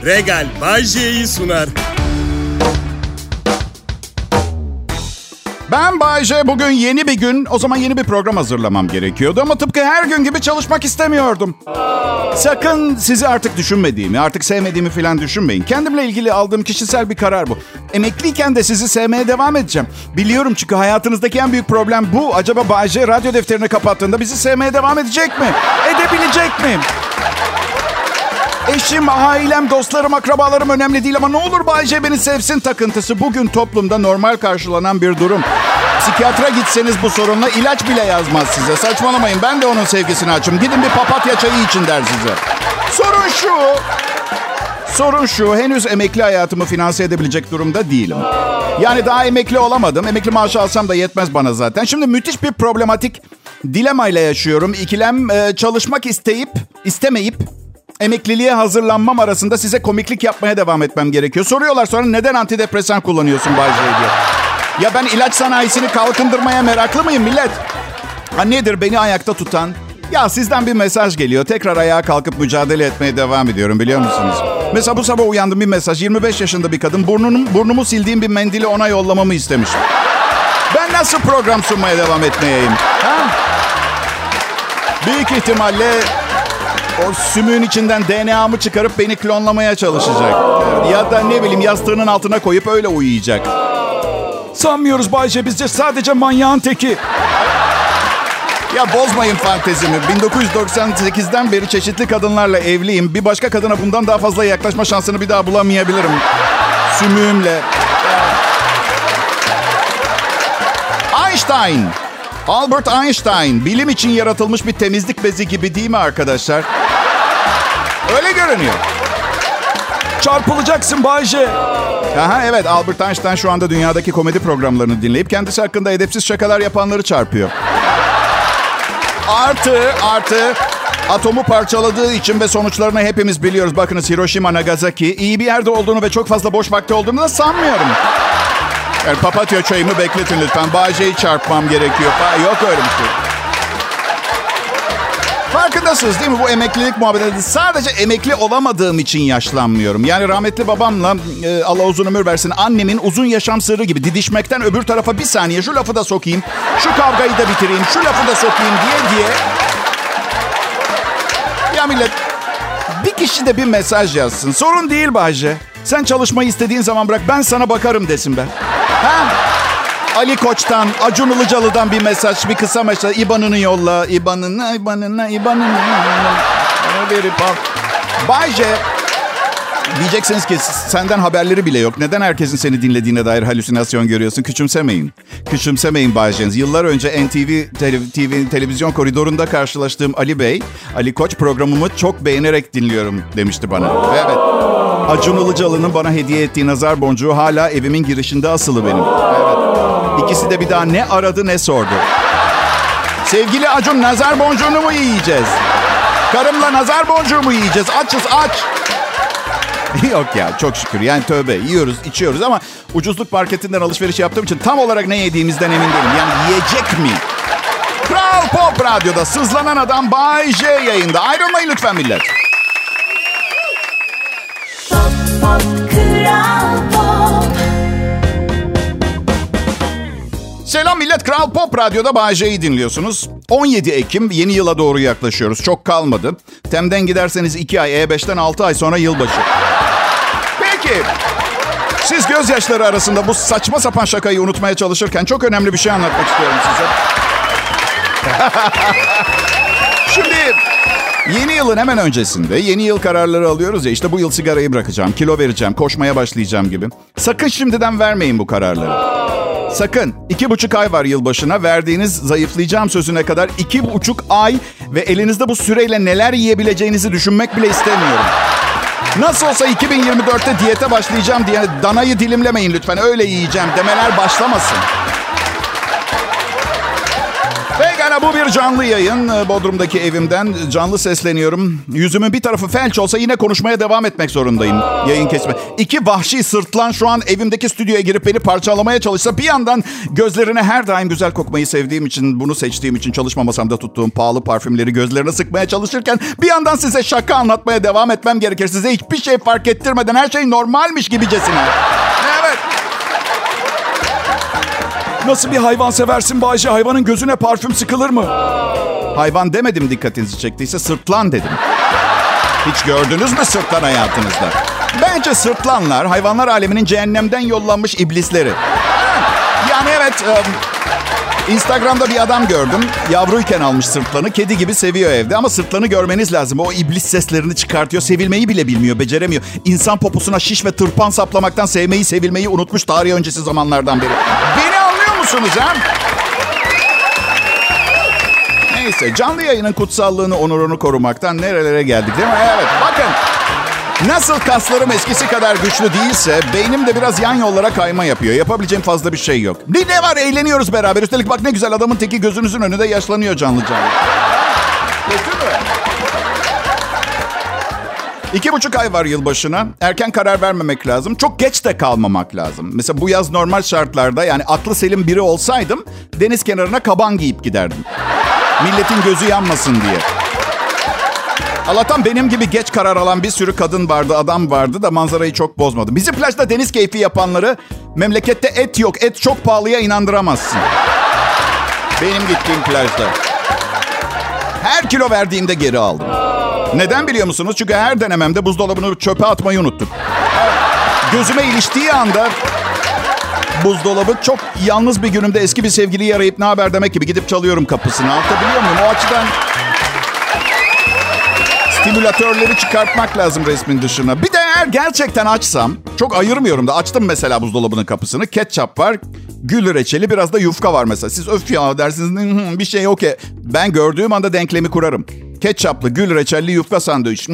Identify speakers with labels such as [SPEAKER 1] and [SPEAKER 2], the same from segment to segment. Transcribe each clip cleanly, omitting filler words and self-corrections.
[SPEAKER 1] Regal Bay J'yi sunar.
[SPEAKER 2] Ben Bay J, bugün yeni bir gün. O zaman yeni bir program hazırlamam gerekiyordu. Ama tıpkı her gün gibi çalışmak istemiyordum. Sakın sizi artık düşünmediğimi, artık sevmediğimi falan düşünmeyin. Kendimle ilgili aldığım kişisel bir karar bu. Emekliyken de sizi sevmeye devam edeceğim. Biliyorum, çünkü hayatınızdaki en büyük problem bu. Acaba Bay J radyo defterini kapattığında bizi sevmeye devam edecek mi? Edebilecek mi? Eşim, ailem, dostlarım, akrabalarım önemli değil ama ne olur Bay J beni sevsin takıntısı bugün toplumda normal karşılanan bir durum. Psikiyatra gitseniz bu sorunla ilaç bile yazmaz size. Saçmalamayın, ben de onun sevgisini açım. Gidin bir papatya çayı için der size. Sorun şu, henüz emekli hayatımı finanse edebilecek durumda değilim. Yani daha emekli olamadım. Emekli maaşı alsam da yetmez bana zaten. Şimdi müthiş bir problematik dilemayla yaşıyorum. İkilem, çalışmak istemeyip emekliliğe hazırlanmam arasında size komiklik yapmaya devam etmem gerekiyor. Soruyorlar sonra, neden antidepresan kullanıyorsun Bay J diye. Ya ben ilaç sanayisini kalkındırmaya meraklı mıyım millet? Ha nedir beni ayakta tutan? Ya sizden bir mesaj geliyor. Tekrar ayağa kalkıp mücadele etmeye devam ediyorum, biliyor musunuz? Mesela bu sabah uyandım, bir mesaj. 25 yaşında bir kadın burnumu sildiğim bir mendili ona yollamamı istemiş. Ben nasıl program sunmaya devam etmeyeyim? Ha? Büyük ihtimalle o sümüğün içinden DNA'mı çıkarıp beni klonlamaya çalışacak. Ya da ne bileyim, yastığının altına koyup öyle uyuyacak. Sanmıyoruz Bay J, bizce sadece manyağın teki. Ya bozmayın fantezimi. 1998'den beri çeşitli kadınlarla evliyim. Bir başka kadına bundan daha fazla yaklaşma şansını bir daha bulamayabilirim. Sümüğümle. Einstein. Albert Einstein. Bilim için yaratılmış bir temizlik bezi gibi değil mi arkadaşlar? Öyle görünüyor. Çarpılacaksın Bay J. Aha, evet, Albert Einstein şu anda dünyadaki komedi programlarını dinleyip kendisi hakkında edepsiz şakalar yapanları çarpıyor. Artı atomu parçaladığı için ve sonuçlarını hepimiz biliyoruz. Bakınız, Hiroşima, Nagasaki iyi bir yerde olduğunu ve çok fazla boş vakti olduğunu da sanmıyorum. Yani papatya çayımı bekletin lütfen. Bay J'yi çarpmam gerekiyor. Yok öyle bir şey. Farkındasınız değil mi bu emeklilik muhabbeti? Sadece emekli olamadığım için yaşlanmıyorum. Yani rahmetli babamla, Allah uzun ömür versin, annemin uzun yaşam sırrı gibi didişmekten öbür tarafa bir saniye şu lafı da sokayım, şu kavgayı da bitireyim, şu lafı da sokayım diye. Ya millet, bir kişi de bir mesaj yazsın. Sorun değil Bay J. Sen çalışmayı istediğin zaman bırak, ben sana bakarım desin be. Ha? Ali Koç'tan, Acun Ilıcalı'dan bir mesaj, bir kısa mesaj. İban'ını yolla. İban'ını. Verip al. Bay J, diyeceksiniz ki senden haberleri bile yok. Neden herkesin seni dinlediğine dair halüsinasyon görüyorsun? Küçümsemeyin Bay J. Yıllar önce NTV televizyon koridorunda karşılaştığım Ali Koç, programımı çok beğenerek dinliyorum demişti bana. Evet. Acun Ilıcalı'nın bana hediye ettiği nazar boncuğu hala evimin girişinde asılı benim. Evet. İkisi de bir daha ne aradı ne sordu. Sevgili Acun, nazar boncuğunu mu yiyeceğiz? Karımla nazar boncuğu mu yiyeceğiz? Açız, aç. Yok ya, çok şükür. Yani tövbe, yiyoruz, içiyoruz ama ucuzluk marketinden alışveriş yaptığım için tam olarak ne yediğimizden emin değilim. Yani yiyecek mi? Kral Pop Radyo'da sızlanan adam Bay J yayında. Ayrılmayın lütfen millet.
[SPEAKER 3] Pop, pop, Kral Pop.
[SPEAKER 2] Selam millet, Kral Pop Radyo'da Bay J'yi dinliyorsunuz. 17 Ekim, yeni yıla doğru yaklaşıyoruz. Çok kalmadı. Tem'den giderseniz 2 ay, E5'ten 6 ay sonra yılbaşı. Peki, siz gözyaşları arasında bu saçma sapan şakayı unutmaya çalışırken çok önemli bir şey anlatmak istiyorum size. Şimdi yeni yılın hemen öncesinde yeni yıl kararları alıyoruz ya, işte bu yıl sigarayı bırakacağım, kilo vereceğim, koşmaya başlayacağım gibi. Sakın şimdiden vermeyin bu kararları. Sakın. 2,5 ay var yılbaşına. Verdiğiniz zayıflayacağım sözüne kadar 2,5 ay ve elinizde bu süreyle neler yiyebileceğinizi düşünmek bile istemiyorum. Nasıl olsa 2024'te diyete başlayacağım diye danayı dilimlemeyin lütfen. Öyle yiyeceğim demeler başlamasın. Peki. Pekala, bu bir canlı yayın. Bodrum'daki evimden canlı sesleniyorum. Yüzümün bir tarafı felç olsa yine konuşmaya devam etmek zorundayım. Yayın kesme. 2 vahşi sırtlan şu an evimdeki stüdyoya girip beni parçalamaya çalışsa, bir yandan gözlerine her daim güzel kokmayı sevdiğim için, bunu seçtiğim için çalışma masamda tuttuğum pahalı parfümleri gözlerine sıkmaya çalışırken, bir yandan size şaka anlatmaya devam etmem gerekir. Size hiçbir şey fark ettirmeden her şey normalmiş gibicesine. Evet.
[SPEAKER 1] Nasıl bir hayvan seversin Bayce? Hayvanın gözüne parfüm sıkılır mı?
[SPEAKER 2] Hayvan demedim, dikkatinizi çektiyse sırtlan dedim. Hiç gördünüz mü sırtlan hayatınızda? Bence sırtlanlar hayvanlar aleminin cehennemden yollanmış iblisleri. Yani evet, Instagram'da bir adam gördüm. Yavruyken almış sırtlanı. Kedi gibi seviyor evde ama sırtlanı görmeniz lazım. O iblis seslerini çıkartıyor. Sevilmeyi bile bilmiyor, beceremiyor. İnsan poposuna şiş ve tırpan saplamaktan sevmeyi, sevilmeyi unutmuş tarih öncesi zamanlardan beri. Beni anlıyor musunuz ha? Neyse, canlı yayının kutsallığını, onurunu korumaktan nerelere geldik değil mi? Evet, bakın. Nasıl kaslarım eskisi kadar güçlü değilse, beynim de biraz yan yollara kayma yapıyor. Yapabileceğim fazla bir şey yok. Ne var, eğleniyoruz beraber. Üstelik bak ne güzel, adamın teki gözünüzün önünde yaşlanıyor canlı canlı. Kötü mü? 2,5 ay var yılbaşına. Erken karar vermemek lazım. Çok geç de kalmamak lazım. Mesela bu yaz normal şartlarda, yani aklı selim biri olsaydım, deniz kenarına kaban giyip giderdim. Milletin gözü yanmasın diye. Allah'tan benim gibi geç karar alan bir sürü kadın vardı, adam vardı da manzarayı çok bozmadı. Bizim plajda deniz keyfi yapanları memlekette et yok, et çok pahalıya inandıramazsın. Benim gittiğim plajda. Her kilo verdiğimde geri aldım. Neden biliyor musunuz? Çünkü her denememde buzdolabını çöpe atmayı unuttuk. Gözüme iliştiği anda buzdolabı, çok yalnız bir günümde eski bir sevgiliyi arayıp ne haber demek gibi gidip çalıyorum kapısını. Anlatabiliyor muyum? O açıdan stimülatörleri çıkartmak lazım resmin dışına. Bir de eğer gerçekten açsam, çok ayırmıyorum da açtım mesela buzdolabının kapısını. Ketçap var, gül reçeli, biraz da yufka var mesela. Siz öf ya dersiniz, bir şey yok ki. Ben gördüğüm anda denklemi kurarım. Ketçaplı, gül reçelli yufka sandviç.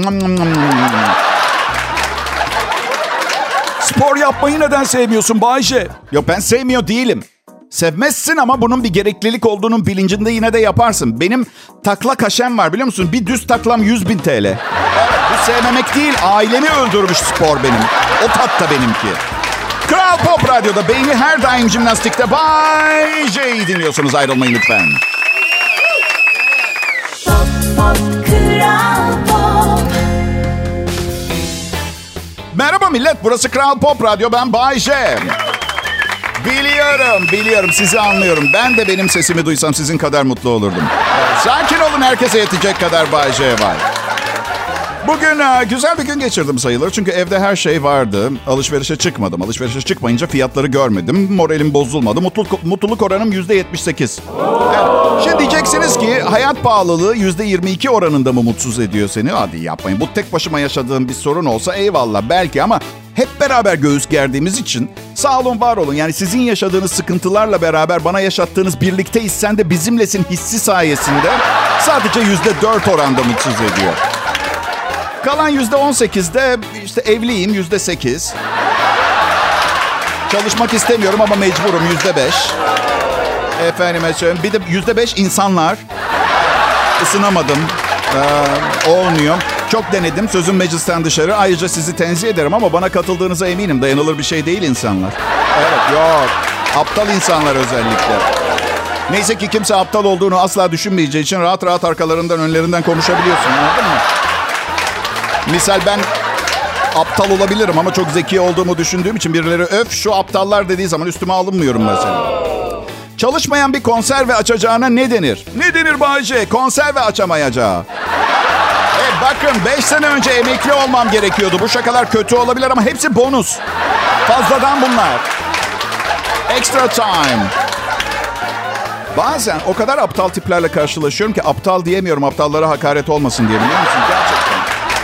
[SPEAKER 1] Spor yapmayı neden sevmiyorsun Bayce?
[SPEAKER 2] Yok, ben sevmiyor değilim. Sevmezsin ama bunun bir gereklilik olduğunun bilincinde yine de yaparsın. Benim takla kaşem var, biliyor musun? Bir düz taklam 100.000 TL. Evet, bu sevmemek değil, ailemi öldürmüş spor benim. O tatta benimki. Kral Pop Radyo'da beyni her daim jimnastikte. Bay J'yi dinliyorsunuz, ayrılmayın lütfen.
[SPEAKER 3] Pop, pop, Kral Pop.
[SPEAKER 2] Merhaba millet, burası Kral Pop Radyo, ben Bay J. Biliyorum, sizi anlıyorum. Ben de benim sesimi duysam sizin kadar mutlu olurdum. Sakin olun, herkese yetecek kadar Bay J var. Bugün güzel bir gün geçirdim sayılır. Çünkü evde her şey vardı. Alışverişe çıkmadım. Alışverişe çıkmayınca fiyatları görmedim. Moralim bozulmadı. Mutluluk oranım %78. Evet. Şimdi diyeceksiniz ki hayat pahalılığı %22 oranında mı mutsuz ediyor seni? Hadi yapmayın. Bu tek başıma yaşadığım bir sorun olsa eyvallah belki, ama hep beraber göğüs gerdiğimiz için sağ olun, var olun. Yani sizin yaşadığınız sıkıntılarla beraber bana yaşattığınız birlikteyiz, sen de bizimlesin hissi sayesinde sadece %4 oranda mutsuz ediyor. Kalan %18'de işte evliyim, %8. Çalışmak istemiyorum ama mecburum, %5. Efendime söyleyeyim. Bir de %5 insanlar. Isınamadım. Olmuyor. Çok denedim. Sözüm meclisten dışarı. Ayrıca sizi tenzih ederim ama bana katıldığınıza eminim. Dayanılır bir şey değil insanlar. Evet, yok. Aptal insanlar özellikle. Neyse ki kimse aptal olduğunu asla düşünmeyeceği için rahat rahat arkalarından, önlerinden konuşabiliyorsun. Anladın mı? Misal ben aptal olabilirim ama çok zeki olduğumu düşündüğüm için birileri öf şu aptallar dediği zaman üstüme alınmıyorum mesela. Çalışmayan bir konserve açacağına ne denir? Ne denir Bayce? Konserve açamayacağı. Bakın 5 sene önce emekli olmam gerekiyordu. Bu şakalar kötü olabilir ama hepsi bonus. Fazladan bunlar. Extra time. Bazen o kadar aptal tiplerle karşılaşıyorum ki aptal diyemiyorum, aptallara hakaret olmasın diye, biliyor musun? Gerçekten.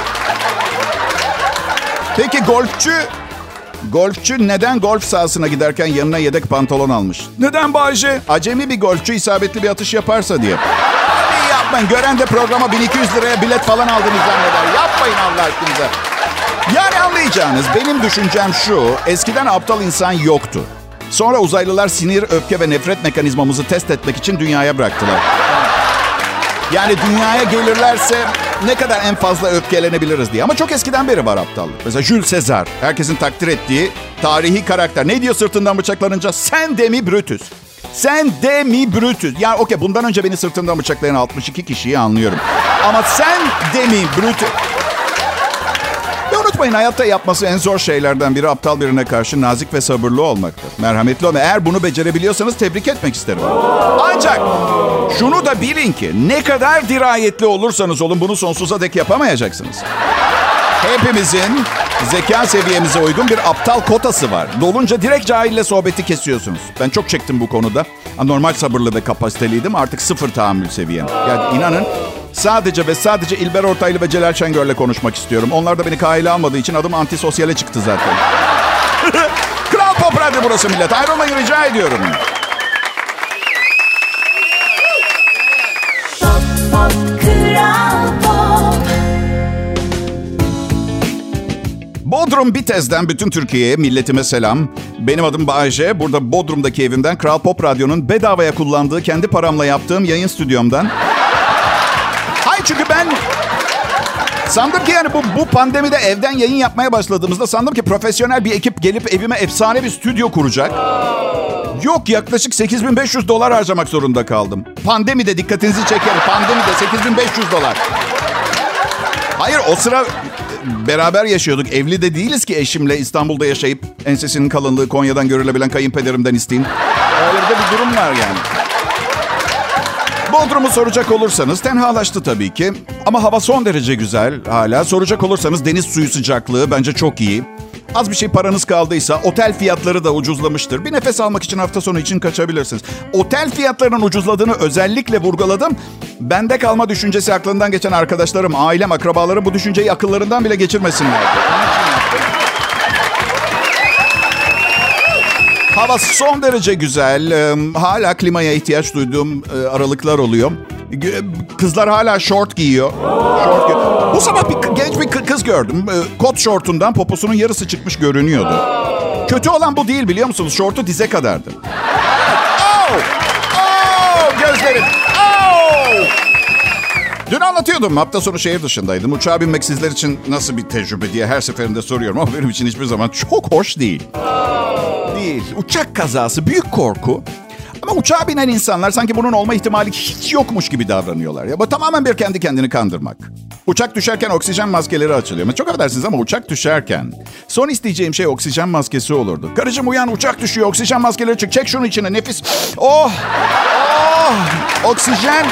[SPEAKER 2] Peki golfçü neden golf sahasına giderken yanına yedek pantolon almış?
[SPEAKER 1] Neden Bayce?
[SPEAKER 2] Acemi bir golfçü isabetli bir atış yaparsa diye. Hadi yapmayın. Gören de programa 1200 liraya bilet falan aldığını zanneder. Yapmayın Allah aşkınıza. Yani anlayacağınız benim düşüncem şu. Eskiden aptal insan yoktu. Sonra uzaylılar sinir, öfke ve nefret mekanizmamızı test etmek için dünyaya bıraktılar. Yani dünyaya gelirlerse ne kadar en fazla öfkelenebiliriz diye. Ama çok eskiden beri var aptallık. Mesela Jules Caesar, herkesin takdir ettiği tarihi karakter. Ne diyor sırtından bıçaklanınca? Sen de mi Brutus? Sen de mi Brutus? Yani okey, bundan önce beni sırtından bıçaklayan 62 kişiyi anlıyorum. Ama sen de mi Brutus? Ve unutmayın, hayatta yapması en zor şeylerden biri aptal birine karşı nazik ve sabırlı olmaktır. Merhametli olma. Eğer bunu becerebiliyorsanız tebrik etmek isterim. Ancak şunu da bilin ki ne kadar dirayetli olursanız olun bunu sonsuza dek yapamayacaksınız. Hepimizin zeka seviyemize uygun bir aptal kotası var. Dolunca direkt cahille sohbeti kesiyorsunuz. Ben çok çektim bu konuda. Normal sabırlı ve kapasiteliydim. Artık sıfır tahammül seviyem. Yani inanın sadece ve sadece İlber Ortaylı ve Celal Şengör'le konuşmak istiyorum. Onlar da beni kayla almadığı için adım antisosyale çıktı zaten. Kral Pop Radyo burası millet. Ayrılmayın rica ediyorum. Bodrum Bitez'den bütün Türkiye'ye, milletime selam. Benim adım Bayce. Burada Bodrum'daki evimden Kral Pop Radyo'nun bedavaya kullandığı, kendi paramla yaptığım yayın stüdyomdan. Hayır, çünkü ben sandım ki yani bu pandemide evden yayın yapmaya başladığımızda sandım ki profesyonel bir ekip gelip evime efsane bir stüdyo kuracak. Yok, yaklaşık $8.500 harcamak zorunda kaldım. Pandemide dikkatinizi çekerim. Pandemide $8.500. Hayır, o sıra beraber yaşıyorduk. Evli de değiliz ki eşimle, İstanbul'da yaşayıp ensesinin kalınlığı Konya'dan görülebilen kayınpederimden isteyeyim. Öyle bir durum var yani. Bodrum'u soracak olursanız tenhalaştı tabii ki. Ama hava son derece güzel hala. Soracak olursanız deniz suyu sıcaklığı bence çok iyi. Az bir şey paranız kaldıysa otel fiyatları da ucuzlamıştır. Bir nefes almak için hafta sonu için kaçabilirsiniz. Otel fiyatlarının ucuzladığını özellikle vurguladım. Bende kalma düşüncesi aklından geçen arkadaşlarım, ailem, akrabalarım bu düşünceyi akıllarından bile geçirmesinler. Hava son derece güzel. Hala klimaya ihtiyaç duyduğum aralıklar oluyor. Kızlar hala şort giyiyor. Bu sabah genç bir kız gördüm. Kot şortundan poposunun yarısı çıkmış görünüyordu. Kötü olan bu değil, biliyor musunuz? Şortu dize kadardı. Gözlerim. Dün anlatıyordum. Hafta sonu şehir dışındaydım. Uçağa binmek sizler için nasıl bir tecrübe diye her seferinde soruyorum. Ama benim için hiçbir zaman çok hoş değil. Uçak kazası büyük korku. Ama uçağa binen insanlar sanki bunun olma ihtimali hiç yokmuş gibi davranıyorlar. Ya bu tamamen bir kendi kendini kandırmak. Uçak düşerken oksijen maskeleri açılıyor. Çok affedersiniz ama uçak düşerken son isteyeceğim şey oksijen maskesi olurdu. Karıcığım uyan, uçak düşüyor, oksijen maskeleri çık. Çek şunu içine, nefis. Oh! Oksijen.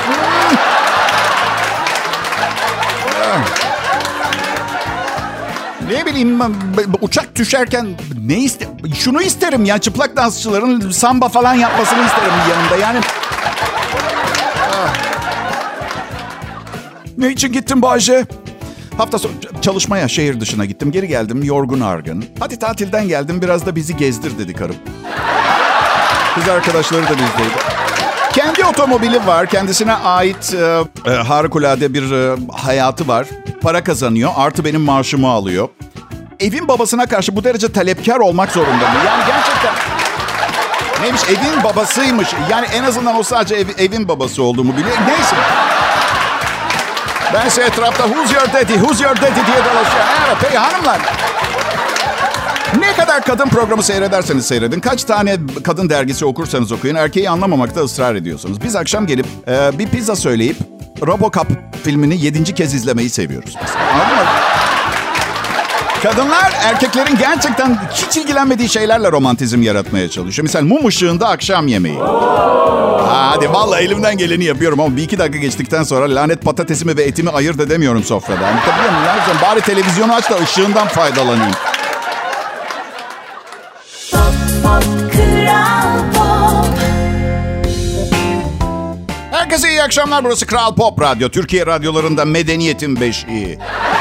[SPEAKER 2] Ne bileyim, uçak düşerken şunu isterim ya, çıplak dansçıların samba falan yapmasını isterim yanımda yani.
[SPEAKER 1] Ne için gittin Bayce?
[SPEAKER 2] Hafta sonu çalışmaya şehir dışına gittim. Geri geldim yorgun argın. Hadi tatilden geldim, biraz da bizi gezdir dedi karım. Kız arkadaşları da bizdeydi. Kendi otomobili var. Kendisine ait harikulade bir hayatı var. Para kazanıyor. Artı benim maaşımı alıyor. Evin babasına karşı bu derece talepkar olmak zorunda mı? Yani gerçekten neymiş? Evin babasıymış. Yani en azından o sadece evin babası olduğumu biliyor. Neyse. Bense etrafta who's your daddy diye dolaşıyor. Evet peki hanımlar. Ne kadar kadın programı seyrederseniz seyredin, kaç tane kadın dergisi okursanız okuyun, erkeği anlamamakta ısrar ediyorsunuz. Biz akşam gelip bir pizza söyleyip RoboCop filmini 7. kez izlemeyi seviyoruz. Anladın mı? Kadınlar erkeklerin gerçekten hiç ilgilenmediği şeylerle romantizm yaratmaya çalışıyor. Mesela mum ışığında akşam yemeği. Hadi vallahi elimden geleni yapıyorum ama bir iki dakika geçtikten sonra lanet patatesimi ve etimi ayırt edemiyorum sofrada. Anlatabiliyor muyum? Bari televizyonu aç da ışığından faydalanayım. Herkese iyi akşamlar. Burası Kral Pop Radyo. Türkiye radyolarında medeniyetin beşiği.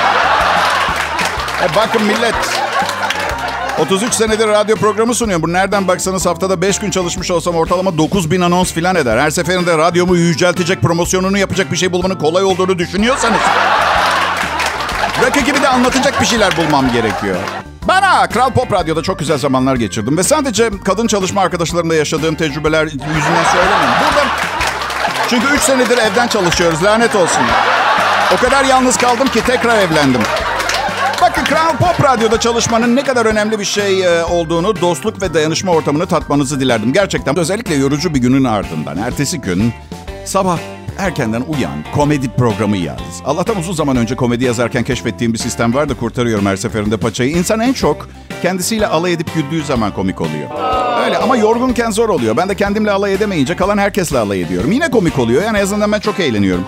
[SPEAKER 2] Bakın millet. 33 senedir radyo programı sunuyorum. Bu nereden baksanız haftada 5 gün çalışmış olsam ortalama 9.000 anons filan eder. Her seferinde radyomu yüceltecek, promosyonunu yapacak bir şey bulmanın kolay olduğunu düşünüyorsanız Rocky gibi de anlatacak bir şeyler bulmam gerekiyor. Bana Kral Pop Radyo'da çok güzel zamanlar geçirdim. Ve sadece kadın çalışma arkadaşlarımla yaşadığım tecrübeler yüzünden söylemiyorum. Burada Çünkü 3 senedir evden çalışıyoruz. Lanet olsun. O kadar yalnız kaldım ki tekrar evlendim. Bakın, Kral Pop Radyo'da çalışmanın ne kadar önemli bir şey olduğunu, dostluk ve dayanışma ortamını tatmanızı dilerdim. Gerçekten özellikle yorucu bir günün ardından. Ertesi gün sabah erkenden uyan, komedi programı yaz. Allah'tan uzun zaman önce komedi yazarken keşfettiğim bir sistem var da kurtarıyorum her seferinde paçayı. İnsan en çok kendisiyle alay edip güldüğü zaman komik oluyor. Öyle, ama yorgunken zor oluyor. Ben de kendimle alay edemeyince kalan herkesle alay ediyorum. Yine komik oluyor. Yani en azından ben çok eğleniyorum.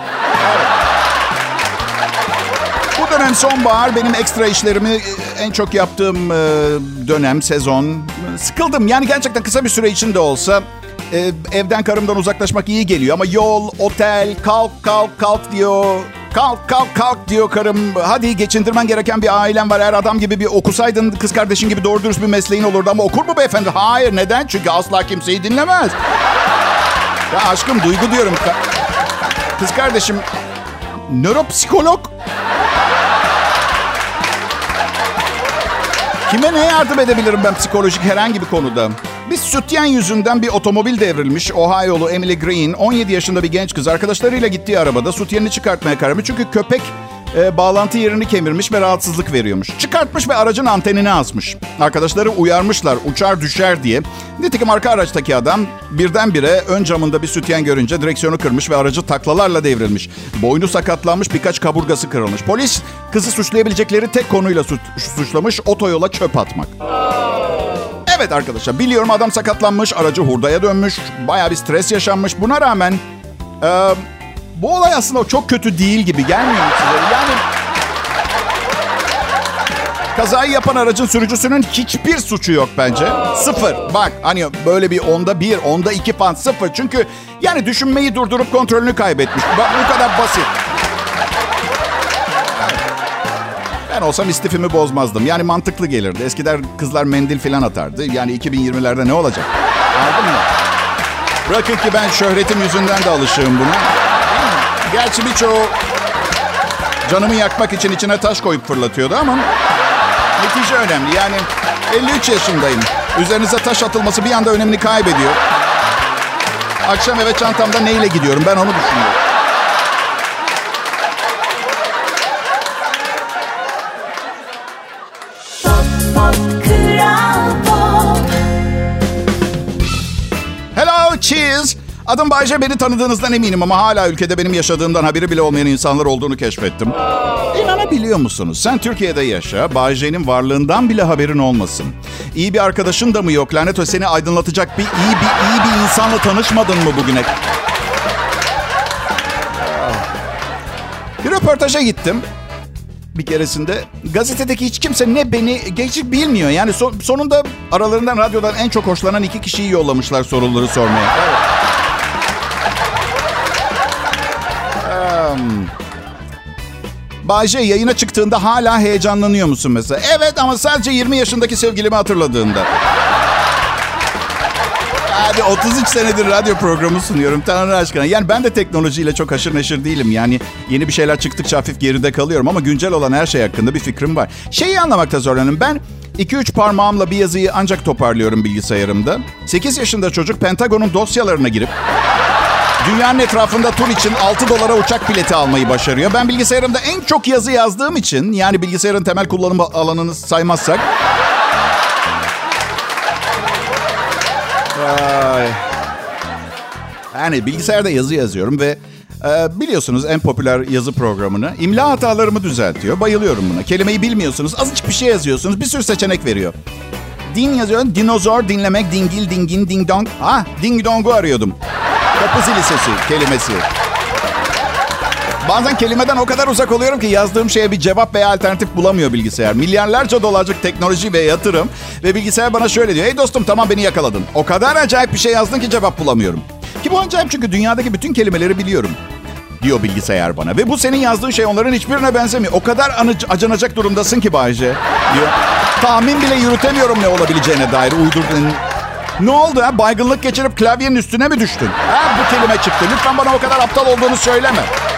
[SPEAKER 2] Bu dönem sonbahar, benim ekstra işlerimi en çok yaptığım dönem, sezon. Sıkıldım. Yani gerçekten kısa bir süre için de olsa evden, karımdan uzaklaşmak iyi geliyor. Ama yol, otel, kalk diyor. Kalk diyor karım. Hadi, geçindirmen gereken bir ailen var. Eğer adam gibi bir okusaydın, kız kardeşin gibi doğru dürüst bir mesleğin olurdu. Ama okur mu beyefendi? Hayır. Neden? Çünkü asla kimseyi dinlemez. Ya aşkım, duygu diyorum. Kız kardeşim nöropsikolog. Kime ne yardım edebilirim ben psikolojik herhangi bir konuda? Bir sütyen yüzünden bir otomobil devrilmiş. Ohio'lu Emily Green, 17 yaşında bir genç kız, arkadaşlarıyla gittiği arabada sütyenini çıkartmaya karar vermiş. Çünkü köpek bağlantı yerini kemirmiş ve rahatsızlık veriyormuş. Çıkartmış ve aracın antenini asmış. Arkadaşları uyarmışlar uçar düşer diye. Nitekim arka araçtaki adam birdenbire ön camında bir sütyen görünce direksiyonu kırmış ve aracı taklalarla devrilmiş. Boynu sakatlanmış, birkaç kaburgası kırılmış. Polis kızı suçlayabilecekleri tek konuyla suçlamış: otoyola çöp atmak. Evet arkadaşlar, biliyorum adam sakatlanmış, aracı hurdaya dönmüş, bayağı bir stres yaşanmış. Buna rağmen bu olay aslında çok kötü değil gibi gelmiyor mu size? Yani kazayı yapan aracın sürücüsünün hiçbir suçu yok bence. Sıfır. Bak, hani böyle bir 1/10, 2 falan, sıfır. Çünkü yani düşünmeyi durdurup kontrolünü kaybetmiş. Bak, bu kadar basit. Ben olsam istifimi bozmazdım. Yani mantıklı gelirdi. Eskiden kızlar mendil falan atardı. Yani 2020'lerde ne olacak? Anladın mı? Bırakın ki ben şöhretim yüzünden de alışığım buna. Gerçi birçoğu canımı yakmak için içine taş koyup fırlatıyordu ama netice önemli. Yani 53 yaşındayım. Üzerinize taş atılması bir anda önemini kaybediyor. Akşam eve çantamda neyle gidiyorum, ben onu düşünüyorum. Hello cheese. Adım Bayce, beni tanıdığınızdan eminim ama hala ülkede benim yaşadığımdan haberi bile olmayan insanlar olduğunu keşfettim. İnanabiliyor musunuz? Sen Türkiye'de yaşa, Bayce'nin varlığından bile haberin olmasın. İyi bir arkadaşın da mı yok? Lanet o, seni aydınlatacak iyi bir insanla tanışmadın mı bugüne? Bir röportaja gittim. Bir keresinde gazetedeki hiç kimse ne beni geçip bilmiyor. Yani sonunda aralarından radyodan en çok hoşlanan 2 kişiyi yollamışlar soruları sormaya. Evet. Bayce, yayına çıktığında hala heyecanlanıyor musun mesela? Evet, ama sadece 20 yaşındaki sevgilimi hatırladığında. Hadi 33 senedir radyo programı sunuyorum, Tanrı aşkına. Yani ben de teknolojiyle çok haşır neşir değilim. Yani yeni bir şeyler çıktıkça hafif geride kalıyorum ama güncel olan her şey hakkında bir fikrim var. Şeyi anlamakta zorlanıyorum. Ben 2-3 parmağımla bir yazıyı ancak toparlıyorum bilgisayarımda. 8 yaşında çocuk Pentagon'un dosyalarına girip dünyanın etrafında tur için $6 uçak bileti almayı başarıyor. Ben bilgisayarımda en çok yazı yazdığım için, yani bilgisayarın temel kullanım alanını saymazsak... Yani bilgisayarda yazı yazıyorum ve biliyorsunuz en popüler yazı programını. İmla hatalarımı düzeltiyor. Bayılıyorum buna. Kelimeyi bilmiyorsunuz. Azıcık bir şey yazıyorsunuz. Bir sürü seçenek veriyor. Din yazıyorum. Dinozor, dinlemek, dingil, dingin, ding dong. Ding dong'u arıyordum. Kapı zili sesi kelimesi. Bazen kelimeden o kadar uzak oluyorum ki yazdığım şeye bir cevap veya alternatif bulamıyor bilgisayar. Milyarlarca dolarlık teknoloji ve yatırım. Ve bilgisayar bana şöyle diyor: hey dostum, tamam, beni yakaladın. O kadar acayip bir şey yazdın ki cevap bulamıyorum. Ki bu acayip, çünkü dünyadaki bütün kelimeleri biliyorum, diyor bilgisayar bana. Ve bu senin yazdığın şey onların hiçbirine benzemiyor. O kadar acınacak durumdasın ki Bayce, diyor. Tahmin bile yürütemiyorum ne olabileceğine dair uydurduğun. Ne oldu ha? Baygınlık geçirip klavyenin üstüne mi düştün? Bu kelime çıktı. Lütfen bana o kadar aptal olduğunu söyleme.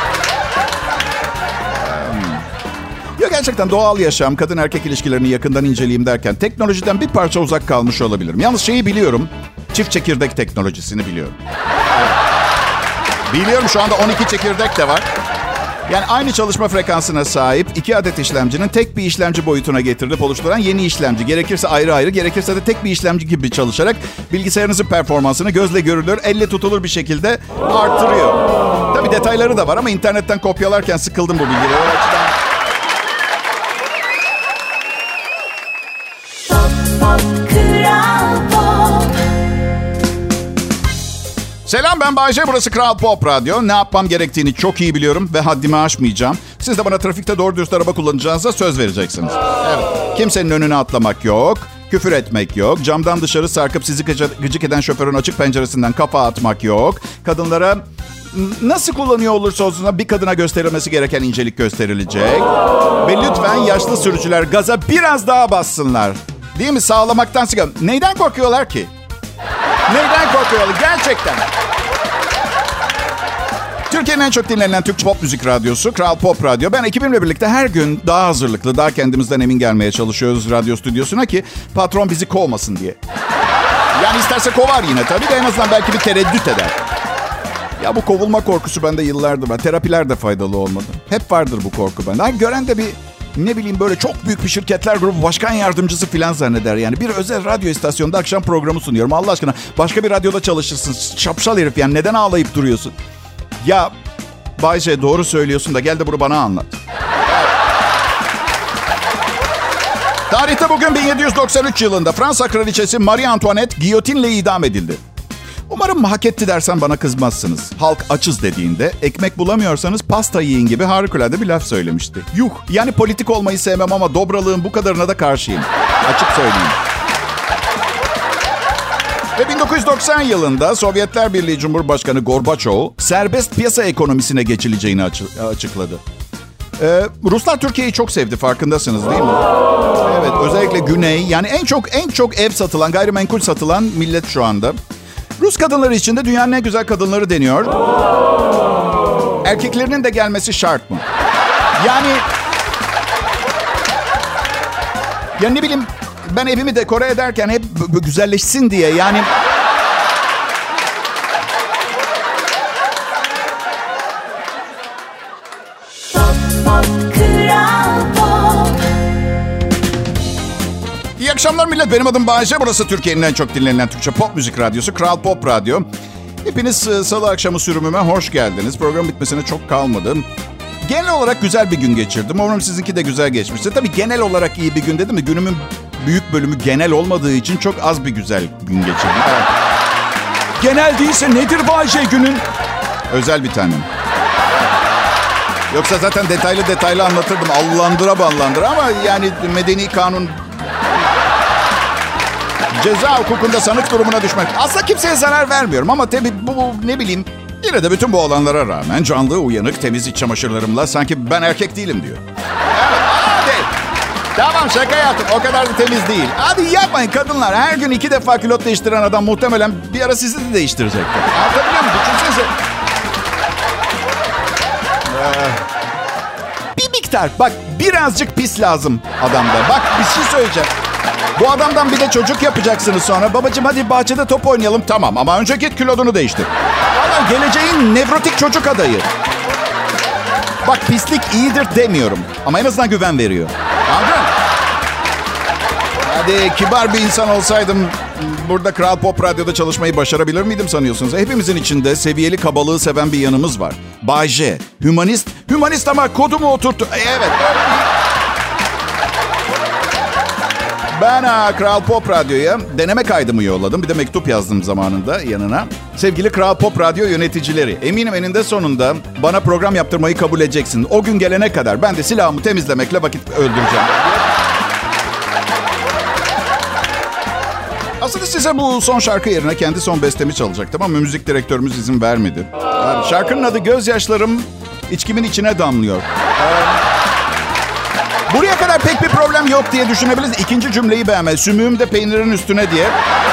[SPEAKER 2] Ya gerçekten doğal yaşam, kadın erkek ilişkilerini yakından inceleyeyim derken teknolojiden bir parça uzak kalmış olabilirim. Yalnız şeyi biliyorum. Çift çekirdek teknolojisini biliyorum. Biliyorum şu anda 12 çekirdek de var. Yani aynı çalışma frekansına sahip 2 adet işlemcinin tek bir işlemci boyutuna getirilip oluşturan yeni işlemci. Gerekirse ayrı ayrı, gerekirse de tek bir işlemci gibi çalışarak bilgisayarınızın performansını gözle görülür, elle tutulur bir şekilde artırıyor. Tabii detayları da var ama internetten kopyalarken sıkıldım bu bilgileri. O açıdan... Selam, ben Bay J. Burası Kral Pop Radyo. Ne yapmam gerektiğini çok iyi biliyorum ve haddimi aşmayacağım. Siz de bana trafikte doğru dürüst araba kullanacağınıza söz vereceksiniz. Evet. Kimsenin önüne atlamak yok. Küfür etmek yok. Camdan dışarı sarkıp sizi gıcık eden şoförün açık penceresinden kafa atmak yok. Kadınlara nasıl kullanıyor olursa olsun bir kadına gösterilmesi gereken incelik gösterilecek. Ve lütfen yaşlı sürücüler gaza biraz daha bassınlar. Değil mi? Sağlamaktan sigara. Neyden korkuyorlar ki? Neyden korkuyorlar? Gerçekten. Türkiye'nin en çok dinlenen Türkçe pop müzik radyosu Kral Pop Radyo. Ben ekibimle birlikte her gün daha hazırlıklı, daha kendimizden emin gelmeye çalışıyoruz radyo stüdyosuna ki patron bizi kovmasın diye. Yani isterse kovar yine tabii de en azından belki bir tereddüt eder. Ya bu kovulma korkusu bende yıllardır var. Terapiler de faydalı olmadı. Hep vardır bu korku bende. Hani gören de bir ne bileyim böyle çok büyük bir şirketler grubu başkan yardımcısı falan zanneder. Yani bir özel radyo istasyonunda akşam programı sunuyorum. Allah aşkına başka bir radyoda çalışırsın. Şapşal herif yani neden ağlayıp duruyorsun? Ya Bay J doğru söylüyorsun da gel de bunu bana anlat. Tarihte bugün 1793 yılında Fransa kraliçesi Marie Antoinette giyotinle idam edildi. Umarım hak etti dersen bana kızmazsınız. Halk açız dediğinde ekmek bulamıyorsanız pasta yiyin gibi harikulade bir laf söylemişti. Yuh, yani politik olmayı sevmem ama dobralığın bu kadarına da karşıyım. Açık söyleyeyim. Ve 1990 yılında Sovyetler Birliği Cumhurbaşkanı Gorbaçov serbest piyasa ekonomisine geçileceğini açıkladı. Ruslar Türkiye'yi çok sevdi, farkındasınız değil mi? Evet, özellikle Güney, yani en çok ev satılan, gayrimenkul satılan millet şu anda. Rus kadınları için de dünyanın en güzel kadınları deniyor. Erkeklerinin de gelmesi şart mı? Yani ya ne bileyim, ben evimi dekore ederken hep güzelleşsin diye yani. İyi akşamlar millet. Benim adım Bay J. Burası Türkiye'nin en çok dinlenen Türkçe pop müzik radyosu Kral Pop Radyo. Hepiniz salı akşamı sürümüme hoş geldiniz. Program bitmesine çok kalmadı. Genel olarak güzel bir gün geçirdim. Umarım sizinki de güzel geçmiştir. Tabii genel olarak iyi bir gün dedim mi? Günümün büyük bölümü genel olmadığı için çok az bir güzel gün geçirdim. Evet.
[SPEAKER 1] Genel değilse nedir Bay J günün?
[SPEAKER 2] Özel bir tanem. Yoksa zaten detaylı anlatırdım. Allandıra ballandıra ama yani medeni kanun... Ceza hukukunda sanık durumuna düşmek. Aslında kimseye zarar vermiyorum ama tabii bu ne bileyim. Yine de bütün bu olanlara rağmen canlı, uyanık, temiz iç çamaşırlarımla sanki ben erkek değilim diyor. Evet, hadi. Tamam şaka yaptım. O kadar da temiz değil. Hadi yapmayın kadınlar. Her gün 2 defa külot değiştiren adam muhtemelen bir ara sizi de değiştirecektir. Anlatabiliyor muyum? Düşünsenize. Bir miktar. Bak birazcık pis lazım adamda. Bak bir şey söyleyeceğim. Bu adamdan bir de çocuk yapacaksınız sonra. Babacığım hadi bahçede top oynayalım. Tamam ama önce git kilodunu değiştir. Adam geleceğin nevrotik çocuk adayı. Bak pislik iyidir demiyorum. Ama en azından güven veriyor. Anladın? Hadi kibar bir insan olsaydım burada Kral Pop Radyo'da çalışmayı başarabilir miydim sanıyorsunuz? Hepimizin içinde seviyeli kabalığı seven bir yanımız var. Bay J. Hümanist ama kodumu oturttu. Evet. Ben Kral Pop Radyo'ya deneme kaydımı yolladım. Bir de mektup yazdım zamanında yanına. Sevgili Kral Pop Radyo yöneticileri, eminim eninde sonunda bana program yaptırmayı kabul edeceksin. O gün gelene kadar ben de silahımı temizlemekle vakit öldüreceğim. Aslında size bu son şarkı yerine kendi son bestemi çalacaktım ama müzik direktörümüz izin vermedi. Şarkının adı Gözyaşlarım içkimin içine damlıyor. Buraya kadar pek bir problem yok diye düşünebiliriz. İkinci cümleyi beğenmez. Sümüğüm de peynirin üstüne diye.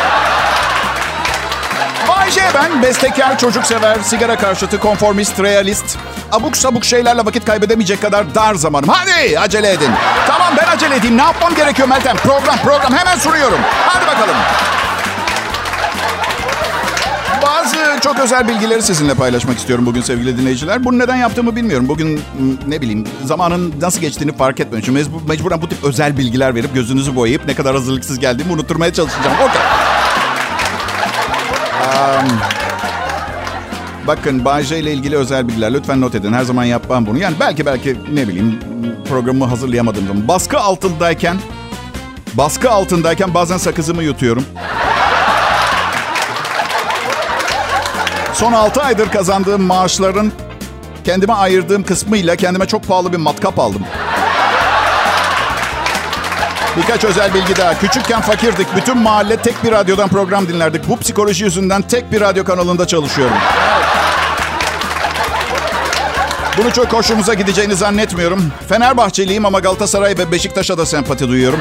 [SPEAKER 2] Bay J ben. Bestekar, çocuksever, sigara karşıtı, konformist, realist. Abuk sabuk şeylerle vakit kaybedemeyecek kadar dar zamanım. Hadi acele edin. Tamam ben acele edeyim. Ne yapmam gerekiyor Meltem? Program. Hemen soruyorum. Hadi bakalım. Bazı çok özel bilgileri sizinle paylaşmak istiyorum bugün sevgili dinleyiciler. Bunu neden yaptığımı bilmiyorum. Bugün ne bileyim zamanın nasıl geçtiğini fark etmiyorum. Çünkü mecburen bu tip özel bilgiler verip gözünüzü boyayıp ne kadar hazırlıksız geldiğimi unutturmaya çalışacağım. Okey. Bakın Bay J ile ilgili özel bilgiler. Lütfen not edin. Her zaman yapmam bunu. Yani belki ne bileyim programımı hazırlayamadığım zaman. Baskı altındayken bazen sakızımı yutuyorum. Son 6 aydır kazandığım maaşların kendime ayırdığım kısmıyla kendime çok pahalı bir matkap aldım. Birkaç özel bilgi daha. Küçükken fakirdik. Bütün mahalle tek bir radyodan program dinlerdik. Bu psikoloji yüzünden tek bir radyo kanalında çalışıyorum. Bunu çok hoşumuza gideceğini zannetmiyorum. Fenerbahçeliyim ama Galatasaray ve Beşiktaş'a da sempati duyuyorum.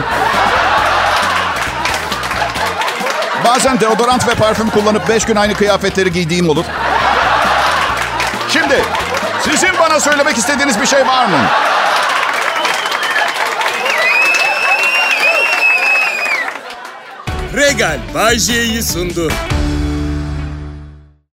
[SPEAKER 2] Bazen deodorant ve parfüm kullanıp 5 gün aynı kıyafetleri giydiğim olur. Şimdi sizin bana söylemek istediğiniz bir şey var mı?
[SPEAKER 4] Regal Bay J'yi sundu.